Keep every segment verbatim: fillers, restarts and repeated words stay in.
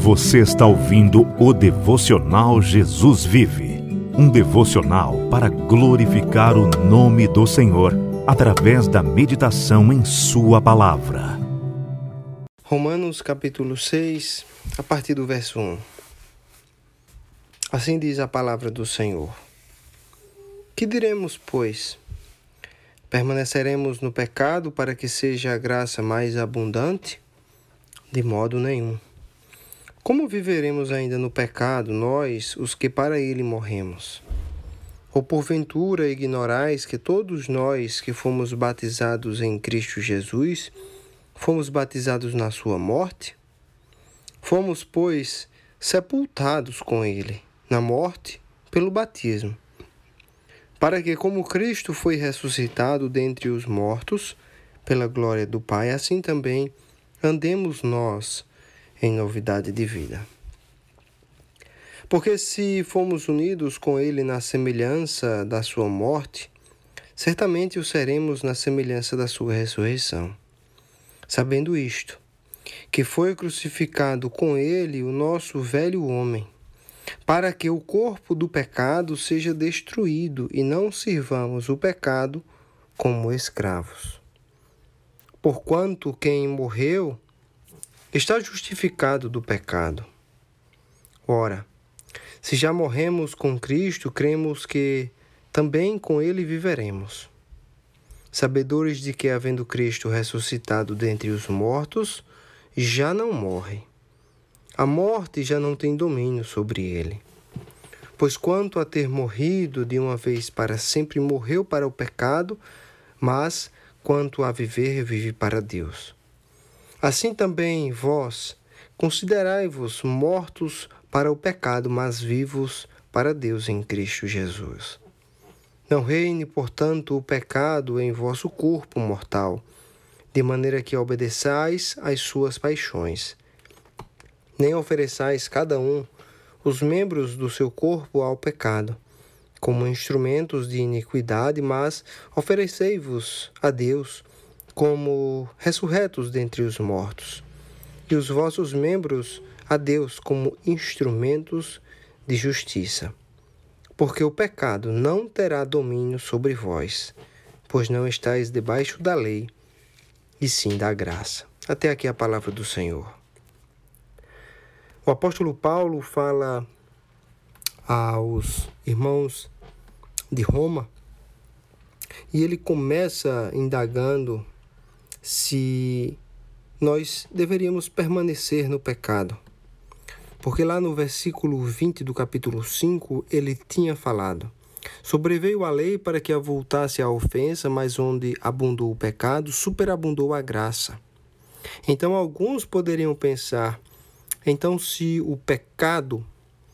Você está ouvindo o Devocional Jesus Vive, um devocional para glorificar o nome do Senhor através da meditação em Sua Palavra. Romanos capítulo seis, a partir do verso um. Assim diz a palavra do Senhor. Que diremos, pois? Permaneceremos no pecado para que seja a graça mais abundante? De modo nenhum. Como viveremos ainda no pecado, nós, os que para ele morremos? Ou porventura ignorais que todos nós que fomos batizados em Cristo Jesus, fomos batizados na sua morte? Fomos, pois, sepultados com ele, na morte, pelo batismo, para que, como Cristo foi ressuscitado dentre os mortos, pela glória do Pai, assim também andemos nós em novidade de vida. Porque se fomos unidos com ele na semelhança da sua morte, certamente o seremos na semelhança da sua ressurreição. Sabendo isto, que foi crucificado com ele o nosso velho homem, para que o corpo do pecado seja destruído e não sirvamos o pecado como escravos. Porquanto quem morreu está justificado do pecado. Ora, se já morremos com Cristo, cremos que também com ele viveremos. Sabedores de que, havendo Cristo ressuscitado dentre os mortos, já não morre. A morte já não tem domínio sobre ele. Pois quanto a ter morrido de uma vez para sempre, morreu para o pecado, mas quanto a viver, vive para Deus. Assim também vós, considerai-vos mortos para o pecado, mas vivos para Deus em Cristo Jesus. Não reine, portanto, o pecado em vosso corpo mortal, de maneira que obedeçais às suas paixões. Nem ofereçais cada um os membros do seu corpo ao pecado, como instrumentos de iniquidade, mas oferecei-vos a Deus como ressurretos dentre os mortos, e os vossos membros a Deus como instrumentos de justiça. Porque o pecado não terá domínio sobre vós, pois não estáis debaixo da lei, e sim da graça. Até aqui a palavra do Senhor. O apóstolo Paulo fala aos irmãos de Roma e ele começa indagando se nós deveríamos permanecer no pecado. Porque lá no versículo vinte do capítulo cinco ele tinha falado: sobreveio a lei para que avultasse a ofensa, mas onde abundou o pecado, superabundou a graça. Então alguns poderiam pensar: então, se o pecado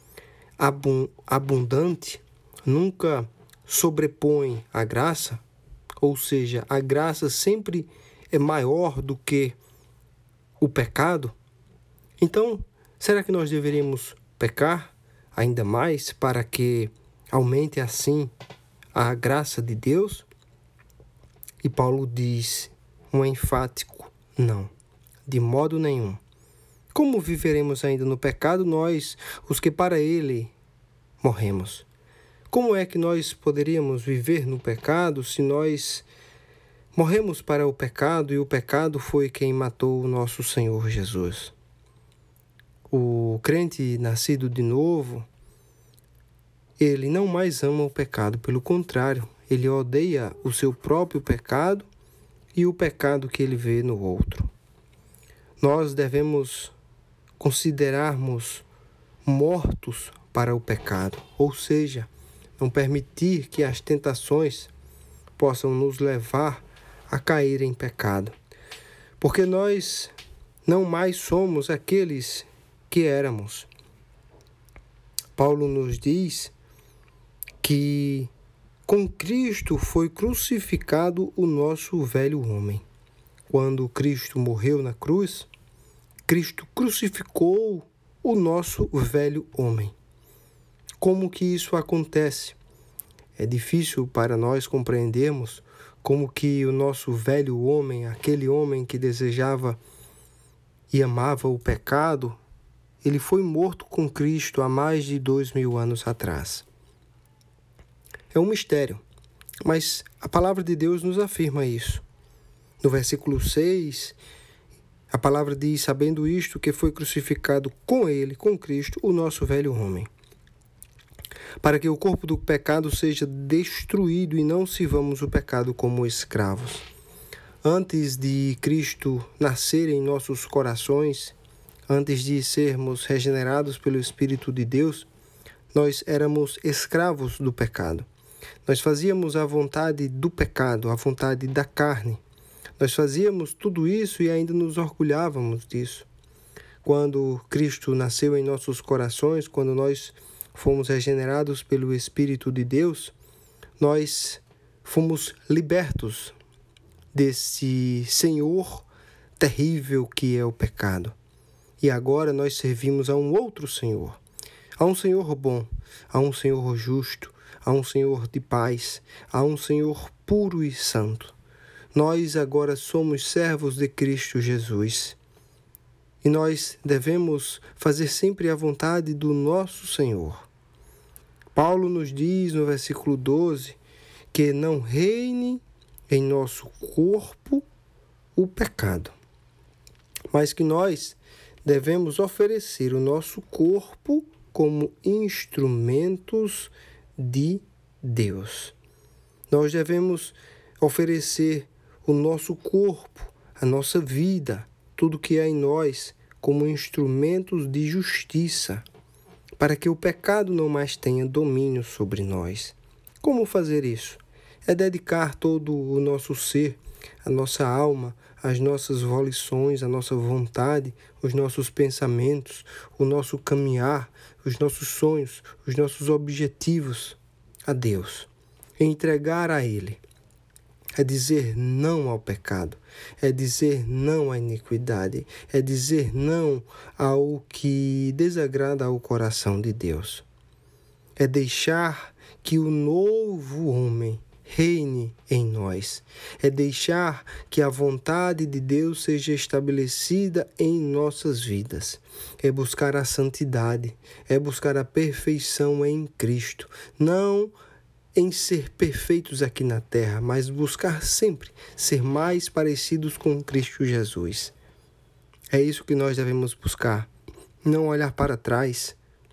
abundante nunca sobrepõe a graça, ou seja, a graça sempre é maior do que o pecado, então, será que nós deveríamos pecar ainda mais para que aumente assim a graça de Deus? E Paulo diz um enfático não, de modo nenhum. Como viveremos ainda no pecado, nós, os que para ele morremos? Como é que nós poderíamos viver no pecado se nós morremos para o pecado e o pecado foi quem matou o nosso Senhor Jesus? O crente nascido de novo, ele não mais ama o pecado, pelo contrário, ele odeia o seu próprio pecado e o pecado que ele vê no outro. Nós devemos considerarmos mortos para o pecado, ou seja, não permitir que as tentações possam nos levar a cair em pecado, porque nós não mais somos aqueles que éramos. Paulo nos diz que com Cristo foi crucificado o nosso velho homem. Quando Cristo morreu na cruz, Cristo crucificou o nosso velho homem. Como que isso acontece? É difícil para nós compreendermos como que o nosso velho homem, aquele homem que desejava e amava o pecado, ele foi morto com Cristo há mais de dois mil anos atrás. É um mistério, mas a palavra de Deus nos afirma isso. No versículo seis, a palavra diz: sabendo isto, que foi crucificado com ele, com Cristo, o nosso velho homem, para que o corpo do pecado seja destruído e não sirvamos o pecado como escravos. Antes de Cristo nascer em nossos corações, antes de sermos regenerados pelo Espírito de Deus, nós éramos escravos do pecado. Nós fazíamos a vontade do pecado, a vontade da carne. Nós fazíamos tudo isso e ainda nos orgulhávamos disso. Quando Cristo nasceu em nossos corações, quando nós fomos regenerados pelo Espírito de Deus, nós fomos libertos desse senhor terrível que é o pecado. E agora nós servimos a um outro Senhor, a um Senhor bom, a um Senhor justo, a um Senhor de paz, a um Senhor puro e santo. Nós agora somos servos de Cristo Jesus. E nós devemos fazer sempre a vontade do nosso Senhor. Paulo nos diz no versículo doze que não reine em nosso corpo o pecado, mas que nós devemos oferecer o nosso corpo como instrumentos de Deus. Nós devemos oferecer o nosso corpo, a nossa vida, tudo que há em nós, como instrumentos de justiça, para que o pecado não mais tenha domínio sobre nós. Como fazer isso? É dedicar todo o nosso ser, a nossa alma, as nossas volições, a nossa vontade, os nossos pensamentos, o nosso caminhar, os nossos sonhos, os nossos objetivos a Deus. Entregar a Ele. É dizer não ao pecado, é dizer não à iniquidade, é dizer não ao que desagrada ao coração de Deus. É deixar que o novo homem reine em nós. É deixar que a vontade de Deus seja estabelecida em nossas vidas. É buscar a santidade, é buscar a perfeição em Cristo. Não em ser perfeitos aqui na terra, mas buscar sempre ser mais parecidos com Cristo Jesus. É isso que nós devemos buscar. Não olhar para trás,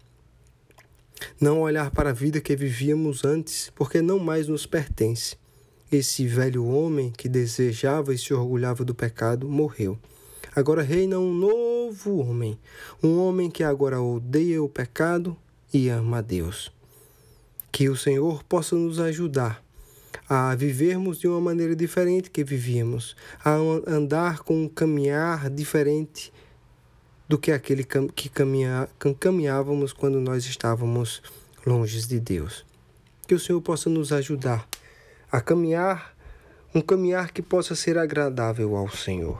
não olhar para a vida que vivíamos antes, porque não mais nos pertence. Esse velho homem que desejava e se orgulhava do pecado morreu. Agora reina um novo homem, um homem que agora odeia o pecado e ama a Deus. Que o Senhor possa nos ajudar a vivermos de uma maneira diferente que vivíamos, a andar com um caminhar diferente do que aquele que caminha, caminhávamos quando nós estávamos longe de Deus. Que o Senhor possa nos ajudar a caminhar, um caminhar que possa ser agradável ao Senhor.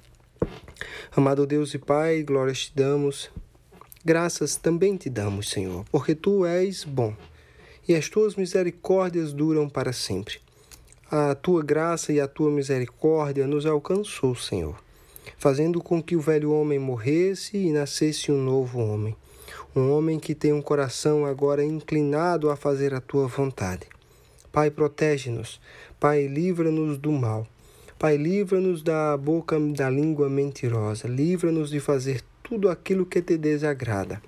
Amado Deus e Pai, glórias te damos, graças também te damos, Senhor, porque Tu és bom e as Tuas misericórdias duram para sempre. A Tua graça e a Tua misericórdia nos alcançou, Senhor, fazendo com que o velho homem morresse e nascesse um novo homem. Um homem que tem um coração agora inclinado a fazer a Tua vontade. Pai, protege-nos. Pai, livra-nos do mal. Pai, livra-nos da boca da língua mentirosa. Livra-nos de fazer tudo aquilo que Te desagrada.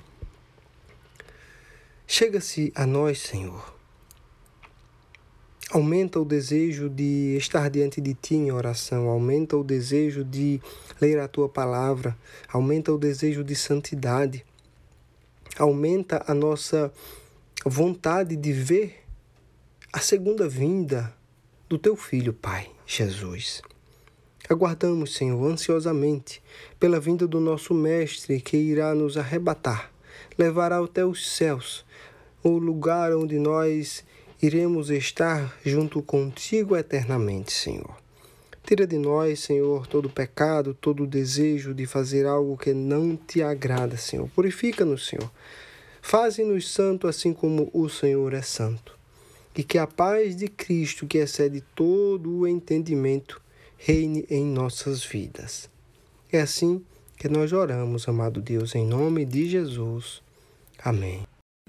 Chega-se a nós, Senhor. Aumenta o desejo de estar diante de Ti em oração. Aumenta o desejo de ler a Tua palavra. Aumenta o desejo de santidade. Aumenta a nossa vontade de ver a segunda vinda do Teu Filho, Pai, Jesus. Aguardamos, Senhor, ansiosamente pela vinda do nosso Mestre que irá nos arrebatar, levará até os céus, o lugar onde nós iremos estar junto contigo eternamente, Senhor. Tira de nós, Senhor, todo pecado, todo desejo de fazer algo que não Te agrada, Senhor. Purifica-nos, Senhor. Faze-nos santo assim como o Senhor é santo. E que a paz de Cristo, que excede todo o entendimento, reine em nossas vidas. É assim que nós oramos, amado Deus, em nome de Jesus. Amém.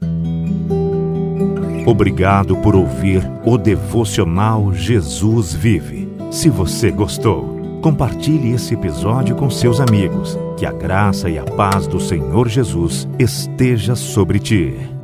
Obrigado por ouvir o Devocional Jesus Vive. Se você gostou, compartilhe esse episódio com seus amigos. Que a graça e a paz do Senhor Jesus esteja sobre ti.